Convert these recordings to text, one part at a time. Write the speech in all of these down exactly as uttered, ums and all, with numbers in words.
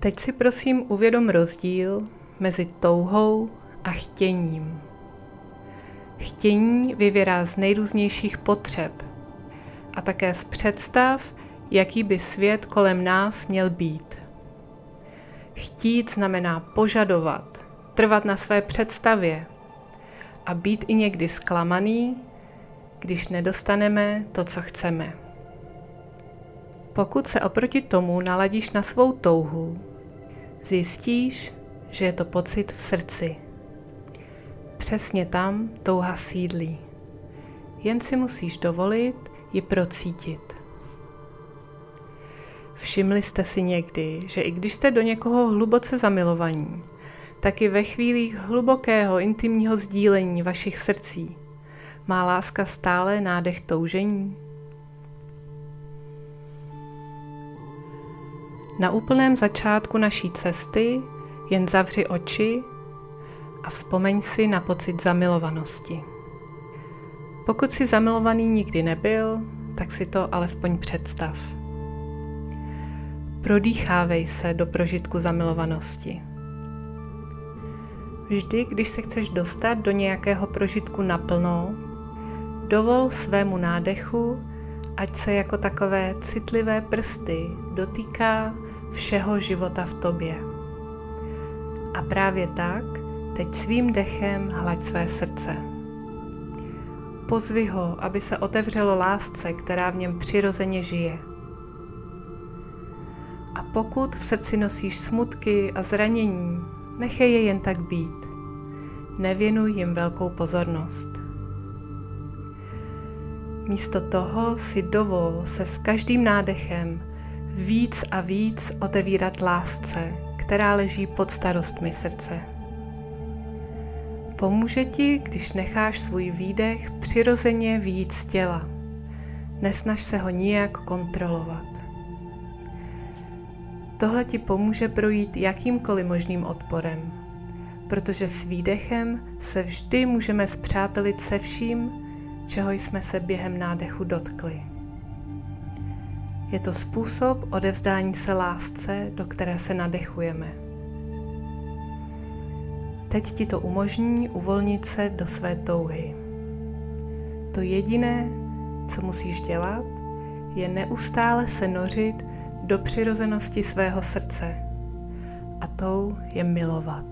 Teď si prosím uvědom rozdíl mezi touhou a chtěním. Chtění vyvěrá z nejrůznějších potřeb a také z představ, jaký by svět kolem nás měl být. Chtít znamená požadovat, trvat na své představě a být i někdy zklamaný, když nedostaneme to, co chceme. Pokud se oproti tomu naladíš na svou touhu, zjistíš, že je to pocit v srdci. Přesně tam touha sídlí. Jen si musíš dovolit ji procítit. Všimli jste si někdy, že i když jste do někoho hluboce zamilovaní, tak i ve chvílích hlubokého intimního sdílení vašich srdcí má láska stále nádech toužení? Na úplném začátku naší cesty jen zavři oči a vzpomeň si na pocit zamilovanosti. Pokud jsi zamilovaný nikdy nebyl, tak si to alespoň představ. Prodýchávej se do prožitku zamilovanosti. Vždy, když se chceš dostat do nějakého prožitku naplno, dovol svému nádechu, ať se jako takové citlivé prsty dotýká všeho života v tobě. A právě tak teď svým dechem hlaď své srdce. Pozvi ho, aby se otevřelo lásce, která v něm přirozeně žije. A pokud v srdci nosíš smutky a zranění, nechej je jen tak být. Nevěnuj jim velkou pozornost. Místo toho si dovol se s každým nádechem víc a víc otevírat lásce, která leží pod starostmi srdce. Pomůže ti, když necháš svůj výdech přirozeně vyjít z těla. Nesnaž se ho nijak kontrolovat. Tohle ti pomůže projít jakýmkoliv možným odporem, protože s výdechem se vždy můžeme spřátelit se vším, čeho jsme se během nádechu dotkli. Je to způsob odevzdání se lásce, do které se nadechujeme. Teď ti to umožní uvolnit se do své touhy. To jediné, co musíš dělat, je neustále se nořit do přirozenosti svého srdce. A tou je milovat.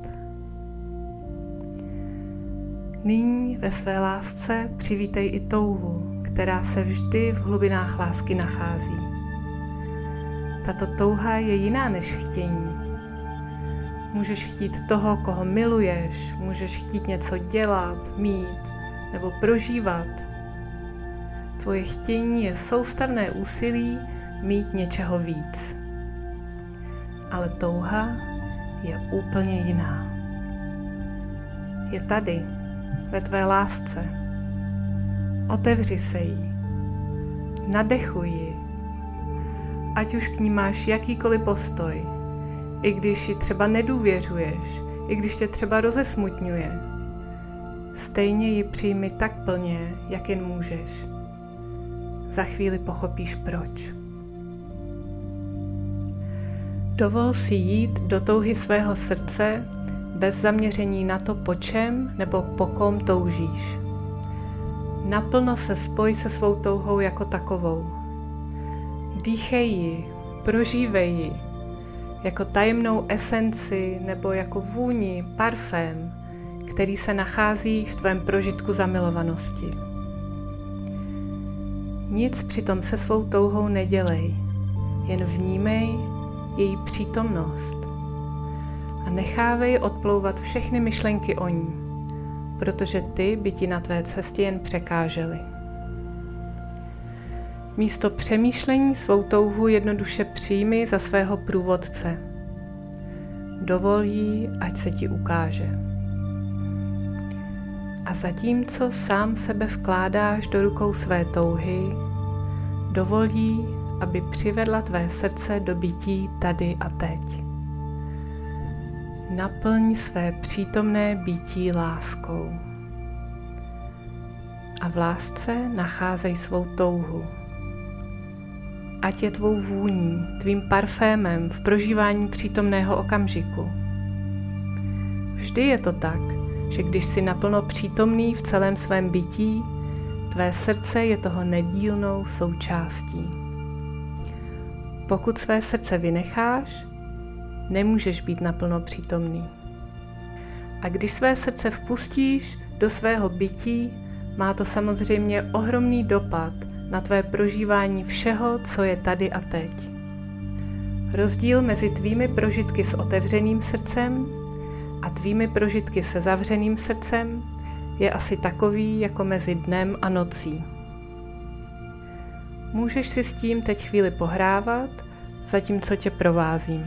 Nyní ve své lásce přivítej i touhu, která se vždy v hlubinách lásky nachází. Tato touha je jiná než chtění. Můžeš chtít toho, koho miluješ, můžeš chtít něco dělat, mít nebo prožívat. Tvoje chtění je soustavné úsilí mít něčeho víc. Ale touha je úplně jiná. Je tady, ve tvé lásce. Otevři se jí. Nadechuj ji. Ať už k ní máš jakýkoliv postoj, i když ji třeba nedůvěřuješ, i když tě třeba rozesmutňuje, stejně ji přijmi tak plně, jak jen můžeš. Za chvíli pochopíš proč. Dovol si jít do touhy svého srdce bez zaměření na to, po čem nebo po kom toužíš. Naplno se spoj se svou touhou jako takovou. Dýchej ji, prožívej ji, jako tajemnou esenci nebo jako vůni, parfém, který se nachází v tvém prožitku zamilovanosti. Nic přitom se svou touhou nedělej, jen vnímej její přítomnost a nechávej odplouvat všechny myšlenky o ní, protože ty by ti na tvé cestě jen překážely. Místo přemýšlení svou touhu jednoduše přijmi za svého průvodce. Dovol jí, ať se ti ukáže. A zatímco sám sebe vkládáš do rukou své touhy, dovol jí, aby přivedla tvé srdce do bytí tady a teď. Naplň své přítomné bytí láskou. A v lásce nacházej svou touhu. ať je tvou vůní, tvým parfémem v prožívání přítomného okamžiku. Vždy je to tak, že když jsi naplno přítomný v celém svém bytí, tvé srdce je toho nedílnou součástí. Pokud své srdce vynecháš, nemůžeš být naplno přítomný. A když své srdce vpustíš do svého bytí, má to samozřejmě ohromný dopad na tvé prožívání všeho, co je tady a teď. Rozdíl mezi tvými prožitky s otevřeným srdcem a tvými prožitky se zavřeným srdcem je asi takový jako mezi dnem a nocí. Můžeš si s tím teď chvíli pohrávat, zatímco tě provázím.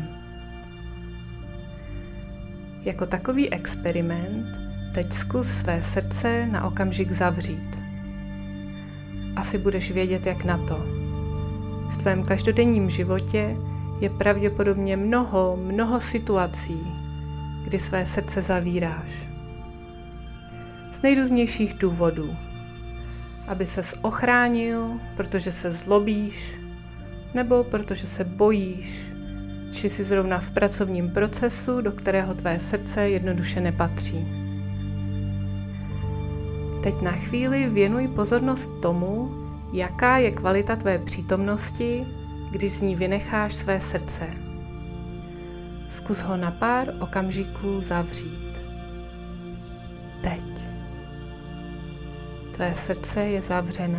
Jako takový experiment teď zkus své srdce na okamžik zavřít. Asi budeš vědět, jak na to. V tvém každodenním životě je pravděpodobně mnoho, mnoho situací, kdy své srdce zavíráš. Z nejrůznějších důvodů. Aby ses ochránil, protože se zlobíš, nebo protože se bojíš, či jsi zrovna v pracovním procesu, do kterého tvé srdce jednoduše nepatří. Teď na chvíli věnuj pozornost tomu, jaká je kvalita tvé přítomnosti, když z ní vynecháš své srdce. Zkus ho na pár okamžiků zavřít. Teď. Tvé srdce je zavřené.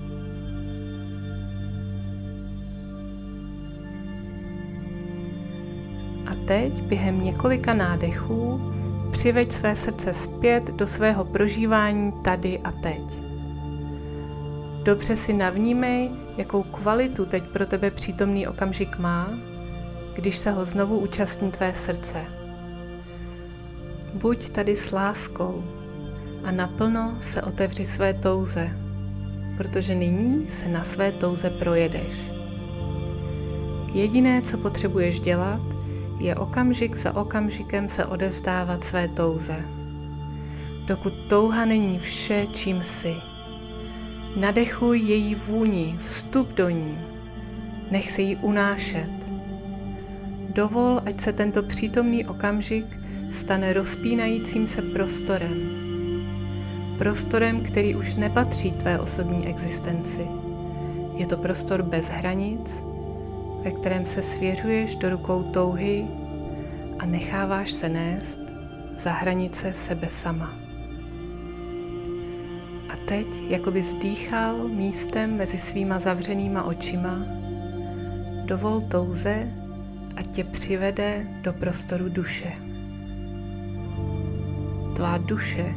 A teď během několika nádechů přiveď své srdce zpět do svého prožívání tady a teď. Dobře si navnímej, jakou kvalitu teď pro tebe přítomný okamžik má, když se ho znovu účastní tvé srdce. Buď tady s láskou a naplno se otevři své touze, protože nyní se na své touze projedeš. Jediné, co potřebuješ dělat, je okamžik za okamžikem se odevzdávat své touze. Dokud touha není vše, čím jsi. Nadechuj její vůni, vstup do ní. Nech se jí unášet. Dovol, ať se tento přítomný okamžik stane rozpínajícím se prostorem. Prostorem, který už nepatří tvé osobní existenci. Je to prostor bez hranic, ve kterém se svěřuješ do rukou touhy a necháváš se nést za hranice sebe sama. A teď, jako bys dýchal místem mezi svýma zavřenýma očima, dovol touze, ať tě přivede do prostoru duše. Tvá duše,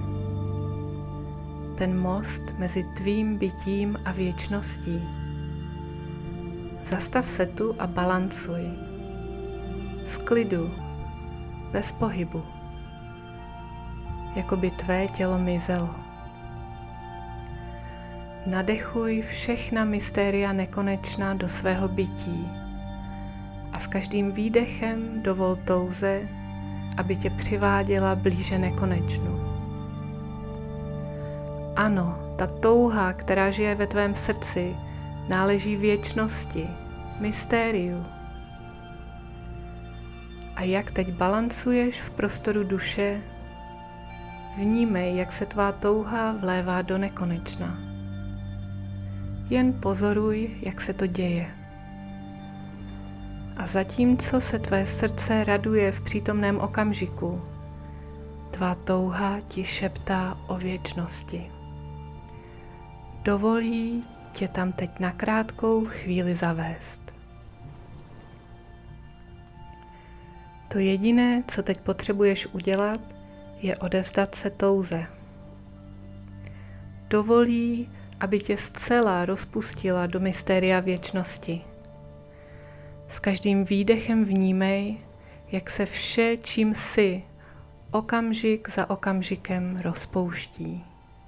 ten most mezi tvým bytím a věčností. Zastav se tu a balancuj. V klidu, bez pohybu. Jako by tvé tělo mizelo. Nadechuj všechna mystéria nekonečná do svého bytí a s každým výdechem dovol touze, aby tě přiváděla blíže nekonečnu. Ano, ta touha, která žije ve tvém srdci, náleží věčnosti, mystériu. A jak teď balancuješ v prostoru duše, vnímej, jak se tvá touha vlévá do nekonečna. Jen pozoruj, jak se to děje. A zatímco se tvé srdce raduje v přítomném okamžiku, tvá touha ti šeptá o věčnosti. Dovolí tě tam teď na krátkou chvíli zavést. To jediné, co teď potřebuješ udělat, je odevzdat se touze. Dovolí, aby tě zcela rozpustila do mystéria věčnosti. S každým výdechem vnímej, jak se vše, čím jsi, okamžik za okamžikem rozpouští.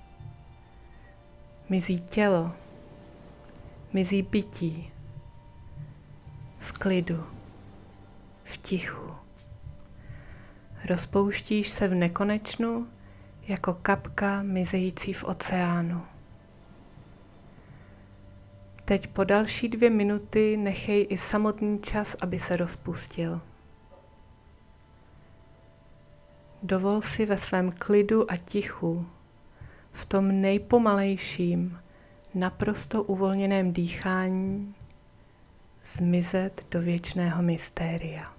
Mizí tělo, mizí bytí, v klidu, v tichu. Rozpouštíš se v nekonečnu jako kapka mizející v oceánu. Teď po další dvě minuty nechej i samotný čas, aby se rozpustil. Dovol si ve svém klidu a tichu, v tom nejpomalejším, naprosto uvolněném dýchání, zmizet do věčného mystéria.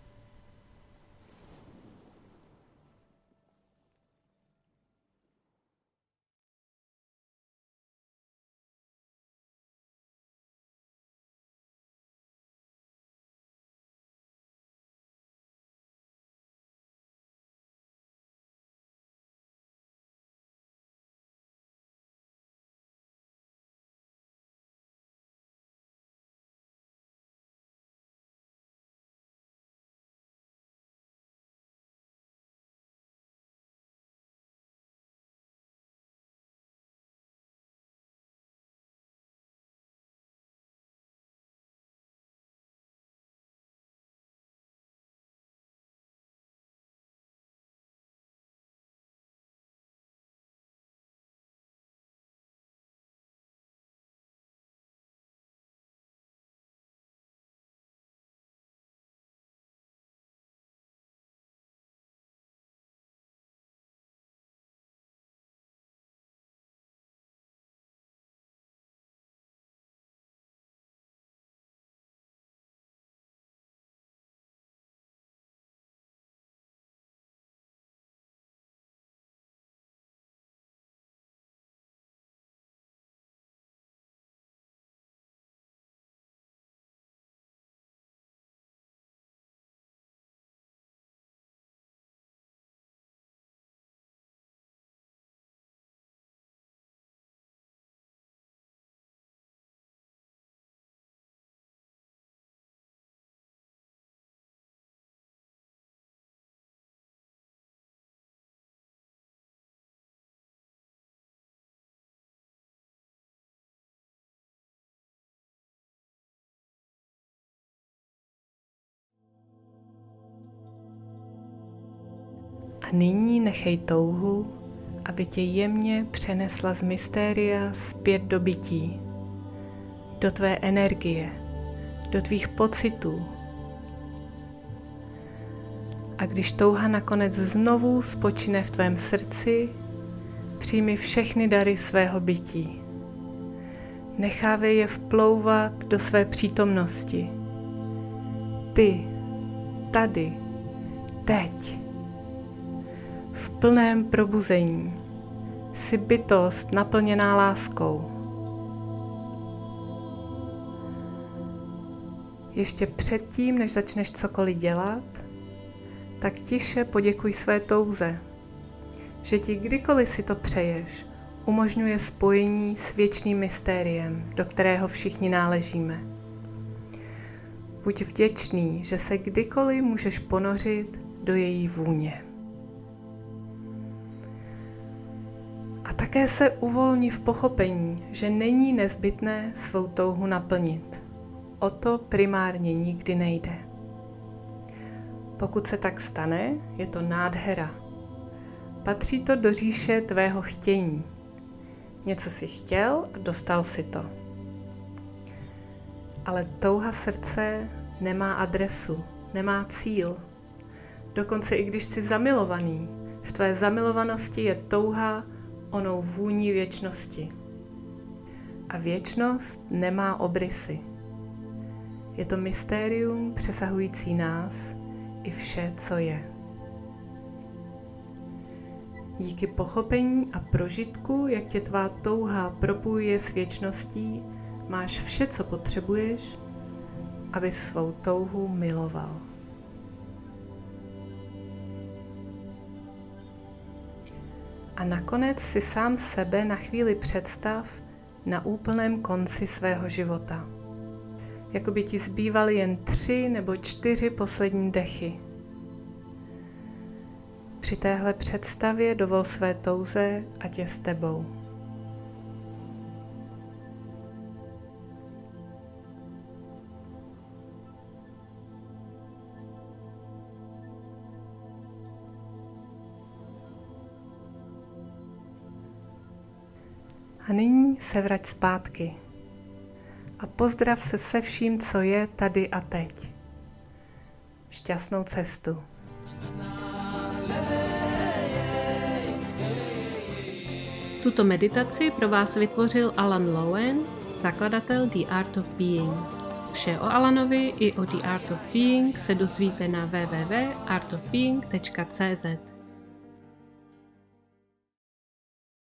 A nyní nechej touhu, aby tě jemně přenesla z mystéria zpět do bytí, do tvé energie, do tvých pocitů. A když touha nakonec znovu spočine v tvém srdci, přijmi všechny dary svého bytí. Nechávej je vplouvat do své přítomnosti. Ty, tady, teď. V plném probuzení jsi bytost naplněná láskou. Ještě předtím, než začneš cokoliv dělat, tak tiše poděkuj své touze, že ti kdykoliv si to přeješ, umožňuje spojení s věčným mystériem, do kterého všichni náležíme. Buď vděčný, že se kdykoliv můžeš ponořit do její vůně. A také se uvolni v pochopení, že není nezbytné svou touhu naplnit. O to primárně nikdy nejde. Pokud se tak stane, je to nádhera. Patří to do říše tvého chtění. Něco jsi chtěl a dostal si to. Ale touha srdce nemá adresu, nemá cíl. Dokonce i když jsi zamilovaný, v tvé zamilovanosti je touha onou vůní věčnosti. A věčnost nemá obrysy. Je to mystérium přesahující nás i vše, co je. Díky pochopení a prožitku, jak tě tvá touha propojuje s věčností, máš vše, co potřebuješ, aby svou touhu miloval. A nakonec si sám sebe na chvíli představ na úplném konci svého života. Jako by ti zbývaly jen tři nebo čtyři poslední dechy. Při téhle představě dovol své touze, ať je s tebou. A nyní se vrať zpátky. a pozdrav se se vším, co je tady a teď. Šťastnou cestu. Tuto meditaci pro vás vytvořil Alan Lowen, zakladatel The Art of Being. Vše o Alanovi i o The Art of Being se dozvíte na w w w tečka art of being tečka c z.